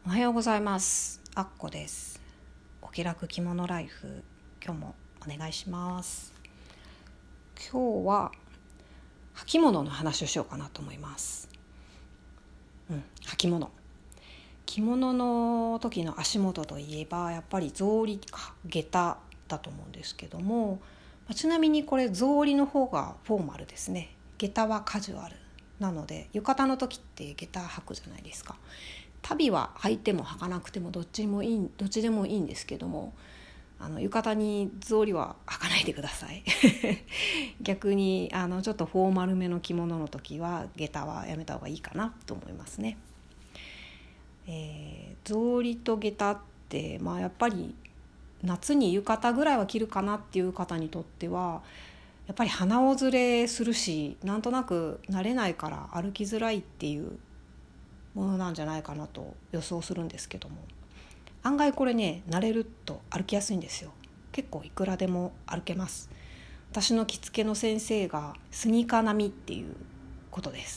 おはようございます。あっこです。お気楽着物ライフ、今日もお願いします。今日は履物の話をしようかなと思います。履物、着物の時の足元といえばやっぱり草履か下駄だと思うんですけども、ちなみにこれ草履の方がフォーマルですね。下駄はカジュアルなので、浴衣の時って下駄履くじゃないですか。足袋は履いても履かなくてもどっちでもいいんですけども、浴衣に草履は履かないでください逆にちょっとフォーマルめの着物の時は下駄はやめた方がいいかなと思いますね。草履と下駄って、やっぱり夏に浴衣ぐらいは着るかなっていう方にとってはやっぱり鼻緒ずれするし、なんとなく慣れないから歩きづらいっていうものなんじゃないかなと予想するんですけども、案外これね、慣れると歩きやすいんですよ。結構いくらでも歩けます。私の着付けの先生がスニーカー並みっていうことです、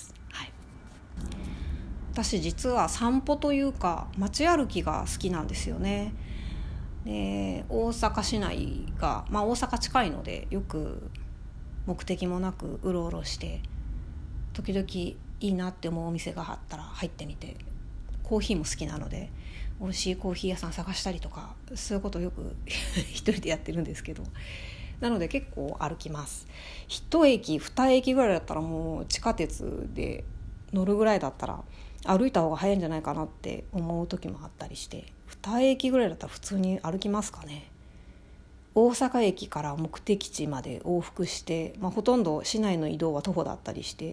私実は散歩というか街歩きが好きなんですよね。で、大阪市内が、大阪近いのでよく目的もなくうろうろして、時々いいなって思うお店があったら入ってみて、コーヒーも好きなので美味しいコーヒー屋さん探したりとか、そういうことをよく一人でやってるんですけど、なので結構歩きます。一駅二駅ぐらいだったらもう地下鉄で乗るぐらいだったら歩いた方が早いんじゃないかなって思う時もあったりして、二駅ぐらいだったら普通に歩きますかね。大阪駅から目的地まで往復して、ほとんど市内の移動は徒歩だったりして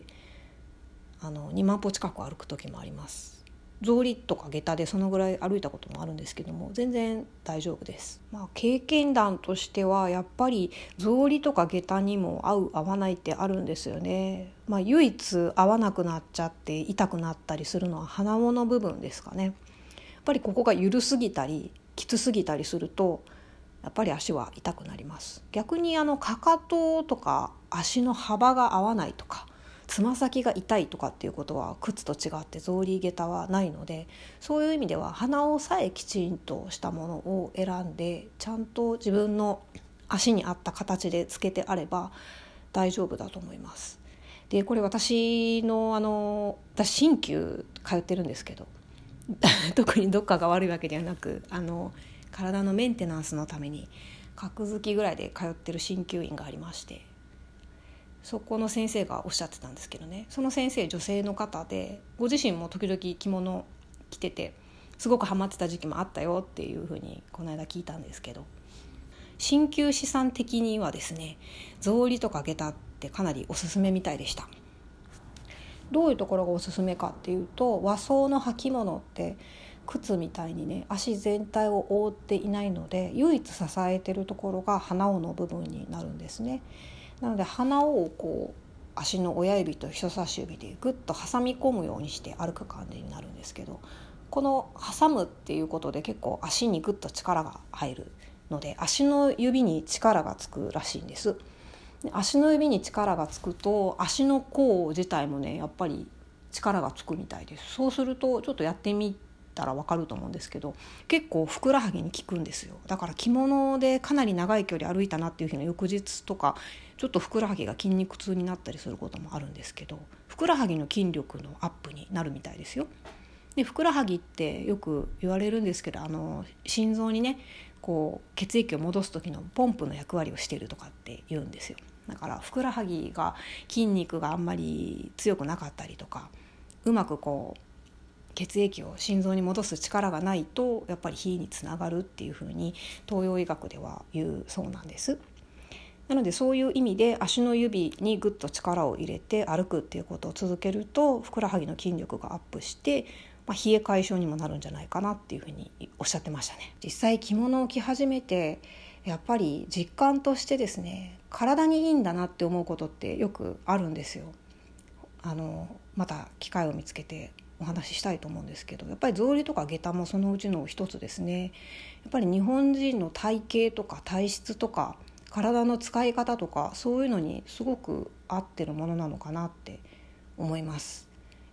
2万歩近く歩く時もあります。草履とか下駄でそのぐらい歩いたこともあるんですけども、全然大丈夫です。経験談としてはやっぱり草履とか下駄にも合う合わないってあるんですよね。唯一合わなくなっちゃって痛くなったりするのは鼻緒の部分ですかね。やっぱりここが緩すぎたりきつすぎたりするとやっぱり足は痛くなります。逆にかかととか足の幅が合わないとかつま先が痛いとかっていうことは靴と違って草履下駄はないので、そういう意味では鼻緒さえきちんとしたものを選んでちゃんと自分の足に合った形でつけてあれば大丈夫だと思います。でこれ私鍼灸通ってるんですけど特にどっかが悪いわけではなく体のメンテナンスのために格付きぐらいで通ってる鍼灸院がありまして、そこの先生がおっしゃってたんですけどね、その先生女性の方でご自身も時々着物着ててすごくハマってた時期もあったよっていうふうにこの間聞いたんですけど、鍼灸師さん的にはですね、草履とか下駄ってかなりおすすめみたいでした。どういうところがおすすめかっていうと、和装の履物って靴みたいにね足全体を覆っていないので、唯一支えてるところが鼻緒の部分になるんですね。なので鼻緒を足の親指と人差し指でグッと挟み込むようにして歩く感じになるんですけど、この挟むっていうことで結構足にグッと力が入るので、足の指に力がつくらしいんです。で足の指に力がつくと足の甲自体もねやっぱり力がつくみたいです。そうするとちょっとやってみたら分かると思うんですけど、結構ふくらはぎに効くんですよ。だから着物でかなり長い距離歩いたなっていう日の翌日とかちょっとふくらはぎが筋肉痛になったりすることもあるんですけど、ふくらはぎの筋力のアップになるみたいですよ。でふくらはぎってよく言われるんですけど、心臓にね血液を戻す時のポンプの役割をしているとかって言うんですよ。だからふくらはぎが筋肉があんまり強くなかったりとか、うまく血液を心臓に戻す力がないとやっぱり火につながるっていうふうに東洋医学では言うそうなんです。なのでそういう意味で足の指にぐっと力を入れて歩くっていうことを続けるとふくらはぎの筋力がアップして、冷え解消にもなるんじゃないかなっていうふうにおっしゃってましたね。実際着物を着始めてやっぱり実感としてですね、体にいいんだなって思うことってよくあるんですよ。また機会を見つけてお話ししたいと思うんですけど、やっぱり草履とか下駄もそのうちの一つですね。やっぱり日本人の体型とか体質とか体の使い方とかそういうのにすごく合ってるものなのかなって思います。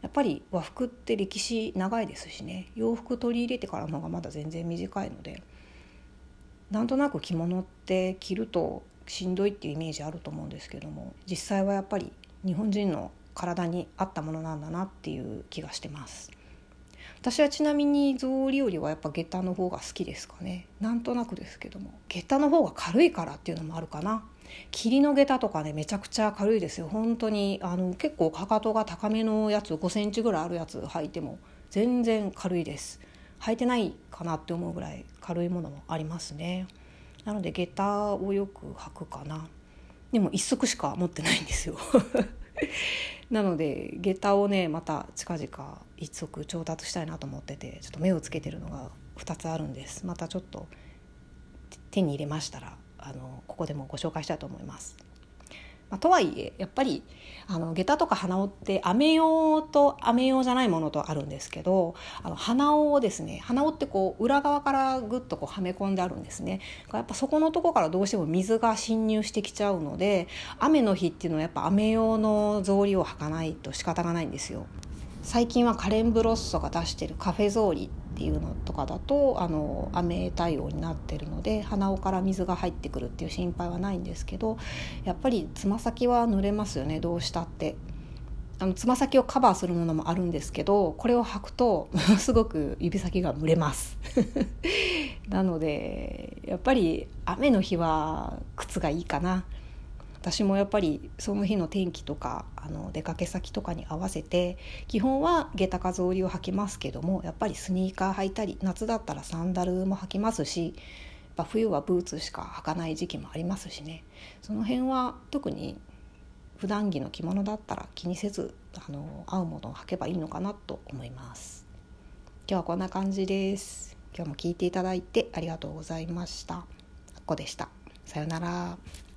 やっぱり和服って歴史長いですしね、洋服取り入れてからの方がまだ全然短いので、なんとなく着物って着るとしんどいっていうイメージあると思うんですけども、実際はやっぱり日本人の体に合ったものなんだなっていう気がしてます。私はちなみに草履よりはやっぱ下駄の方が好きですかね。なんとなくですけども、下駄の方が軽いからっていうのもあるかな。霧の下駄とかね、めちゃくちゃ軽いですよ。本当に結構かかとが高めのやつ、5センチぐらいあるやつ履いても全然軽いです。履いてないかなって思うぐらい軽いものもありますね。なので下駄をよく履くかな。でも一足しか持ってないんですよなので下駄をね、また近々一足調達したいなと思ってて、ちょっと目をつけてるのが2つあるんです。またちょっと手に入れましたらここでもご紹介したいと思います。とはいえやっぱり下駄とか鼻緒って雨用と雨用じゃないものとあるんですけど、鼻緒をですね、鼻緒ってこう裏側からグッとこうはめ込んであるんですね。やっぱそこのとこからどうしても水が侵入してきちゃうので、雨の日っていうのはやっぱ雨用の草履を履かないと仕方がないんですよ。最近はカレンブロッソが出してるカフェ草履っていうのとかだと雨対応になってるので、鼻緒から水が入ってくるっていう心配はないんですけど、やっぱりつま先は濡れますよね、どうしたって。つま先をカバーするものもあるんですけど、これを履くとものすごく指先が蒸れますなのでやっぱり雨の日は靴がいいかな。私もやっぱりその日の天気とか出かけ先とかに合わせて基本は下駄か草履を履きますけども、やっぱりスニーカー履いたり、夏だったらサンダルも履きますし、やっぱ冬はブーツしか履かない時期もありますしね。その辺は特に普段着の着物だったら気にせず合うものを履けばいいのかなと思います。今日はこんな感じです。今日も聞いていただいてありがとうございました。あっこでした。さよなら。